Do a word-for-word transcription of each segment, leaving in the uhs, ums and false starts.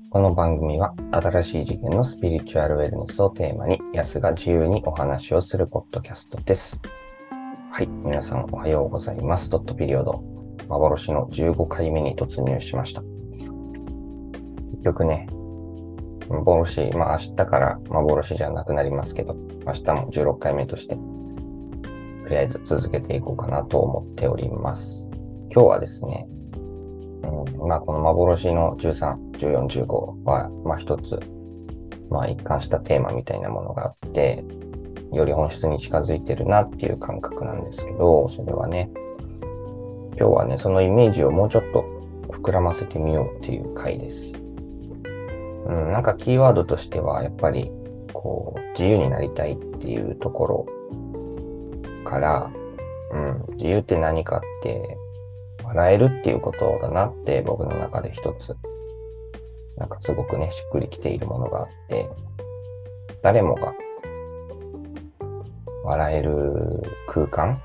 この番組は新しい次元のスピリチュアルウェルネスをテーマに、ヤスが自由にお話をするポッドキャストです。はい、皆さんおはようございます。ドットピリオド、幻のじゅうごかいめに突入しました。結局ね、幻、まあ明日から幻じゃなくなりますけど、明日もじゅうろっかいめとして、とりあえず続けていこうかなと思っております。今日はですね、うん、まあこの幻のじゅうさん、じゅうよん、じゅうごは、まあ一つ、まあ一貫したテーマみたいなものがあって、より本質に近づいてるなっていう感覚なんですけど、それはね、今日はね、そのイメージをもうちょっと膨らませてみようっていう回です。うん、なんかキーワードとしては、やっぱり、こう、自由になりたいっていうところから、うん、自由って何かって、笑えるっていうことだなって僕の中で一つ、なんかすごくね、しっくりきているものがあって、誰もが笑える空間、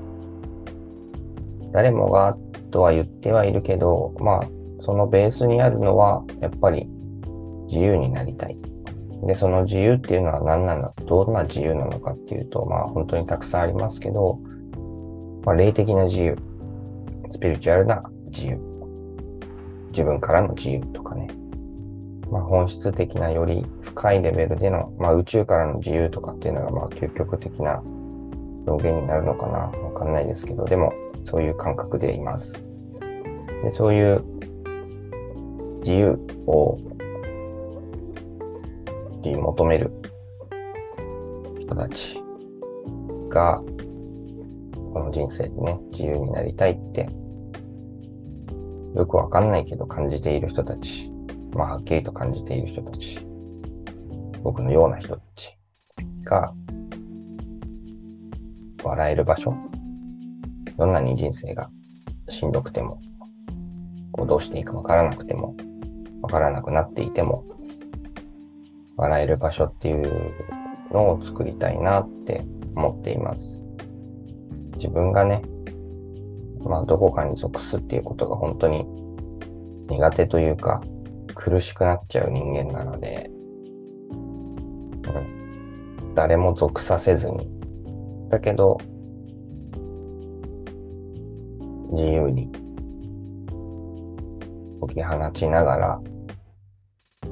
誰もがとは言ってはいるけど、まあ、そのベースにあるのは、やっぱり自由になりたい。で、その自由っていうのは何なの、どんな自由なのかっていうと、まあ本当にたくさんありますけど、まあ霊的な自由、スピリチュアルな自由、自分からの自由とかね。まあ本質的なより深いレベルでの、まあ宇宙からの自由とかっていうのがまあ究極的な表現になるのかな、わかんないですけど、でもそういう感覚でいます。で、そういう自由を求める人たちが、この人生でね、自由になりたいって、よくわかんないけど感じている人たち、まあはっきりと感じている人たち、僕のような人たちが、笑える場所、どんなに人生がしんどくても、こうどうしていいかわからなくても、わからなくなっていても、笑える場所っていうのを作りたいなって思っています。自分がね、まあどこかに属すっていうことが本当に苦手というか苦しくなっちゃう人間なので、うん、誰も属させずに、だけど自由に解き放ちながら、うん、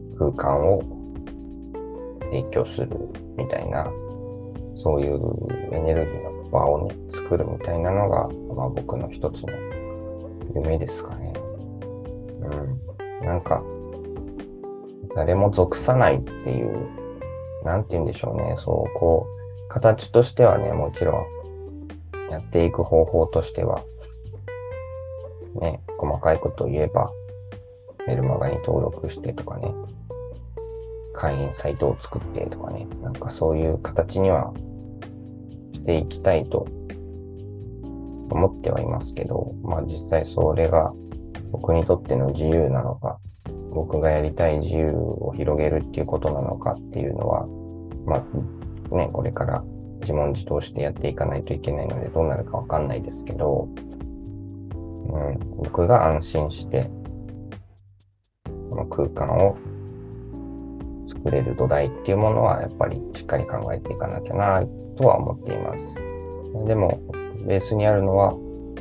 空間を提供するみたいな、そういうエネルギーの場をね、作るみたいなのが、まあ僕の一つの夢ですかね。うん。なんか、誰も属さないっていう、なんて言うんでしょうね。そう、こう、形としてはね、もちろん、やっていく方法としては、ね、細かいことを言えば、メルマガに登録してとかね、会員サイトを作ってとかね、なんかそういう形にはしていきたいと思ってはいますけど、まあ実際それが僕にとっての自由なのか、僕がやりたい自由を広げるっていうことなのかっていうのは、まあね、これから自問自答してやっていかないといけないのでどうなるかわかんないですけど、うん、僕が安心してこの空間を作れる土台っていうものはやっぱりしっかり考えていかなきゃなとは思っています。でもベースにあるのは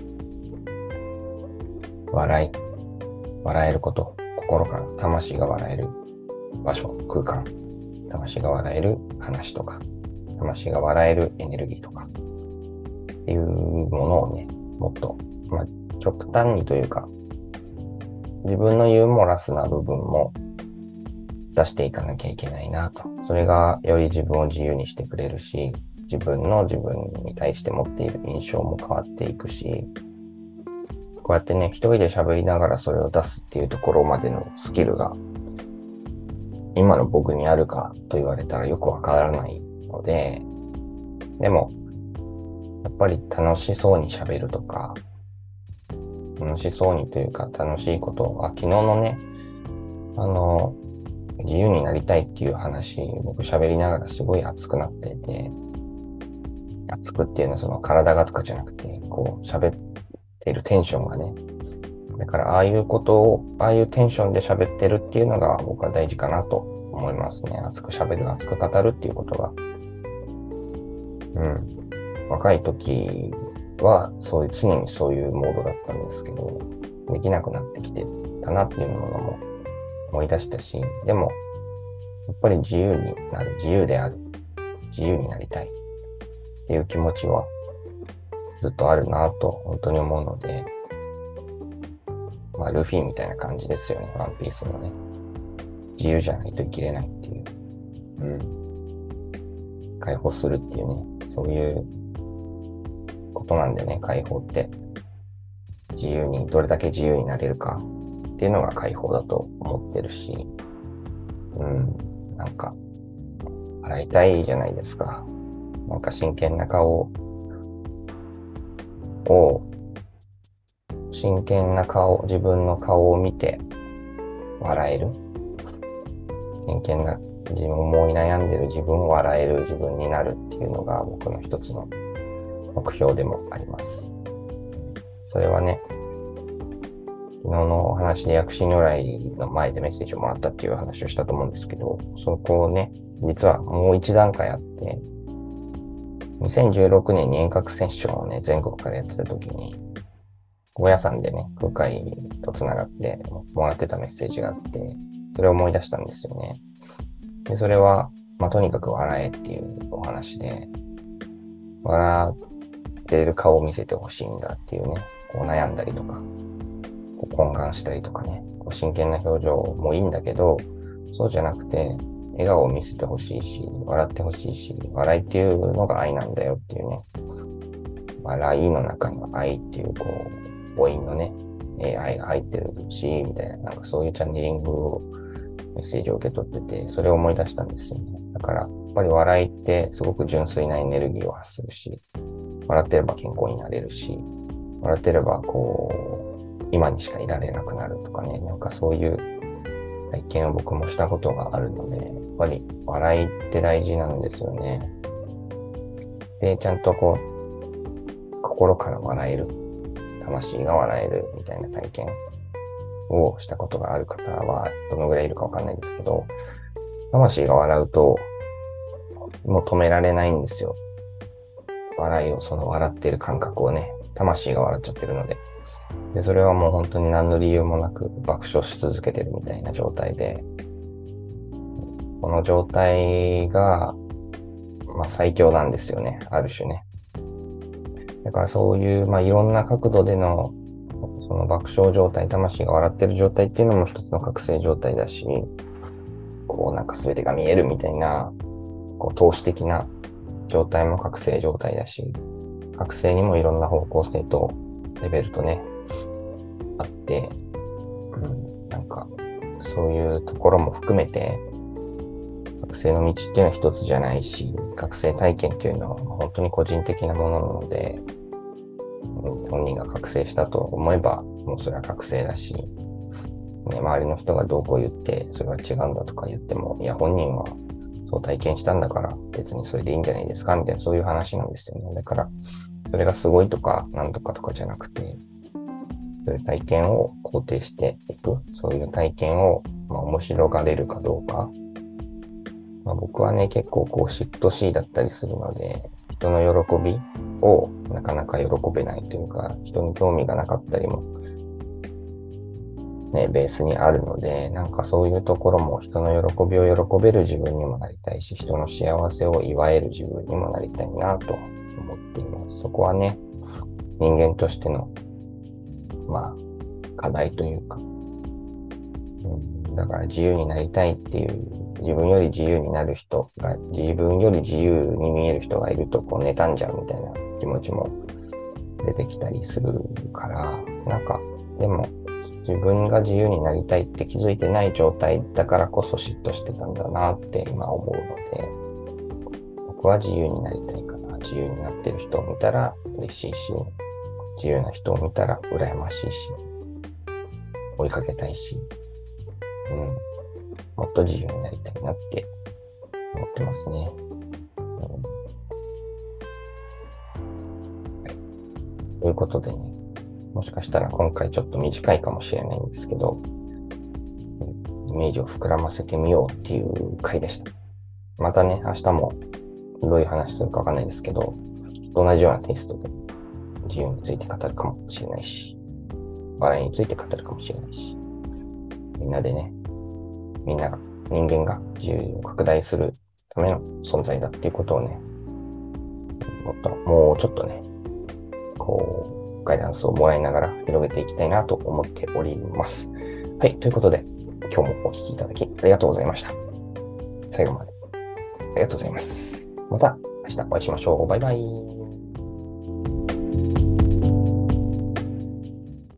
笑い、笑えること、心から魂が笑える場所、空間、魂が笑える話とか、魂が笑えるエネルギーとかっていうものをね、もっと、まあ、極端にというか、自分のユーモラスな部分も出していかなきゃいけないなと。それがより自分を自由にしてくれるし、自分の自分に対して持っている印象も変わっていくし、こうやってね、一人で喋りながらそれを出すっていうところまでのスキルが、今の僕にあるかと言われたらよくわからないので、でも、やっぱり楽しそうに喋るとか、楽しそうにというか楽しいこと、あ、昨日のね、あの、自由になりたいっていう話、僕喋りながらすごい熱くなっていて、熱くっていうのはその体がとかじゃなくて、こう喋っているテンションがね、 だからああいうことを、ああいうテンションで喋ってるっていうのが僕は大事かなと思いますね。熱く喋る、熱く語るっていうことが。うん。若い時はそういう、常にそういうモードだったんですけど、できなくなってきてたなっていうものも思い出したし、でも、やっぱり自由になる、自由である、自由になりたいっていう気持ちはずっとあるなと本当に思うので、まあルフィみたいな感じですよね、ワンピースのね。自由じゃないと生きれないっていう。うん。解放するっていうね、そういうことなんでね、解放って。自由に、どれだけ自由になれるかっていうのが解放だと思ってるし、うん、なんか、笑いたいじゃないですか。なんか真剣な顔を、真剣な顔、自分の顔を見て笑える。真剣な、自分思い悩んでる自分を笑える自分になるっていうのが僕の一つの目標でもあります。それはね、昨日のお話で薬師如来の前でメッセージをもらったっていう話をしたと思うんですけど、そこをね、実はもう一段階あって、にせんじゅうろくねんに遠隔セッションをね、全国からやってた時に、高野山でね、空海とつながってもらってたメッセージがあって、それを思い出したんですよね。で、それは、まあ、とにかく笑えっていうお話で、笑ってる顔を見せてほしいんだっていうね、こう悩んだりとか、こう懇願したりとかね、こう真剣な表情もいいんだけど、そうじゃなくて、笑顔を見せてほしいし、笑ってほしいし、笑いっていうのが愛なんだよっていうね、笑いの中には愛っていう、こう、母音のね、愛が入ってるし、みたいな、なんかそういうチャネリングを、メッセージを受け取ってて、それを思い出したんですよね。だから、やっぱり笑いってすごく純粋なエネルギーを発するし、笑ってれば健康になれるし、笑ってればこう、今にしかいられなくなるとかね、なんかそういう体験を僕もしたことがあるので、やっぱり笑いって大事なんですよね。で、ちゃんとこう、心から笑える、魂が笑えるみたいな体験をしたことがある方はどのぐらいいるかわかんないんですけど、魂が笑うともう止められないんですよ。笑いを、その笑っている感覚をね、魂が笑っちゃってるので。で、それはもう本当に何の理由もなく爆笑し続けてるみたいな状態で、この状態が、まあ最強なんですよね、ある種ね。だからそういう、まあいろんな角度でのその爆笑状態、魂が笑ってる状態っていうのも一つの覚醒状態だし、こうなんか全てが見えるみたいな、こう投資的な状態も覚醒状態だし、覚醒にもいろんな方向性とレベルとね、あって、うん、なんかそういうところも含めて、覚醒の道っていうのは一つじゃないし、覚醒体験っていうのは本当に個人的なものなので、本人が覚醒したと思えば、もうそれは覚醒だし、ね、周りの人がどうこう言って、それは違うんだとか言っても、いや、本人はそう体験したんだから、別にそれでいいんじゃないですかみたいな、そういう話なんですよね。だから、それがすごいとか、なんとかとかじゃなくて、そういう体験を肯定していく、そういう体験を、まあ、面白がれるかどうか。まあ、僕はね、結構こう嫉妬しいだったりするので、人の喜びをなかなか喜べないというか、人に興味がなかったりも、ね、ベースにあるので、なんかそういうところも人の喜びを喜べる自分にもなりたいし、人の幸せを祝える自分にもなりたいなと思っています。そこはね、人間としての、まあ、課題というか、うん、だから自由になりたいっていう、自分より自由になる人が、自分より自由に見える人がいると、こう妬んじゃうみたいな気持ちも出てきたりするから、なんか、でも、自分が自由になりたいって気づいてない状態だからこそ嫉妬してたんだなって今思うので、僕は自由になりたいから、自由になってる人を見たら嬉しいし、自由な人を見たら羨ましいし、追いかけたいし、うん、もっと自由になりたいなって思ってますね。うん、はい、ということでね、 もしかしたら今回ちょっと短いかもしれないんですけど、イメージを膨らませてみようっていう回でした。またね、明日もどういう話するかわかんないですけど、同じようなテイストで自由について語るかもしれないし、笑いについて語るかもしれないし、みんなでね、みんなが、人間が自由を拡大するための存在だっていうことをね、もっと、もうちょっとね、こう、ガイダンスをもらいながら広げていきたいなと思っております。はい、ということで、今日もお聞きいただきありがとうございました。最後までありがとうございます。また明日お会いしましょう。バイバイ。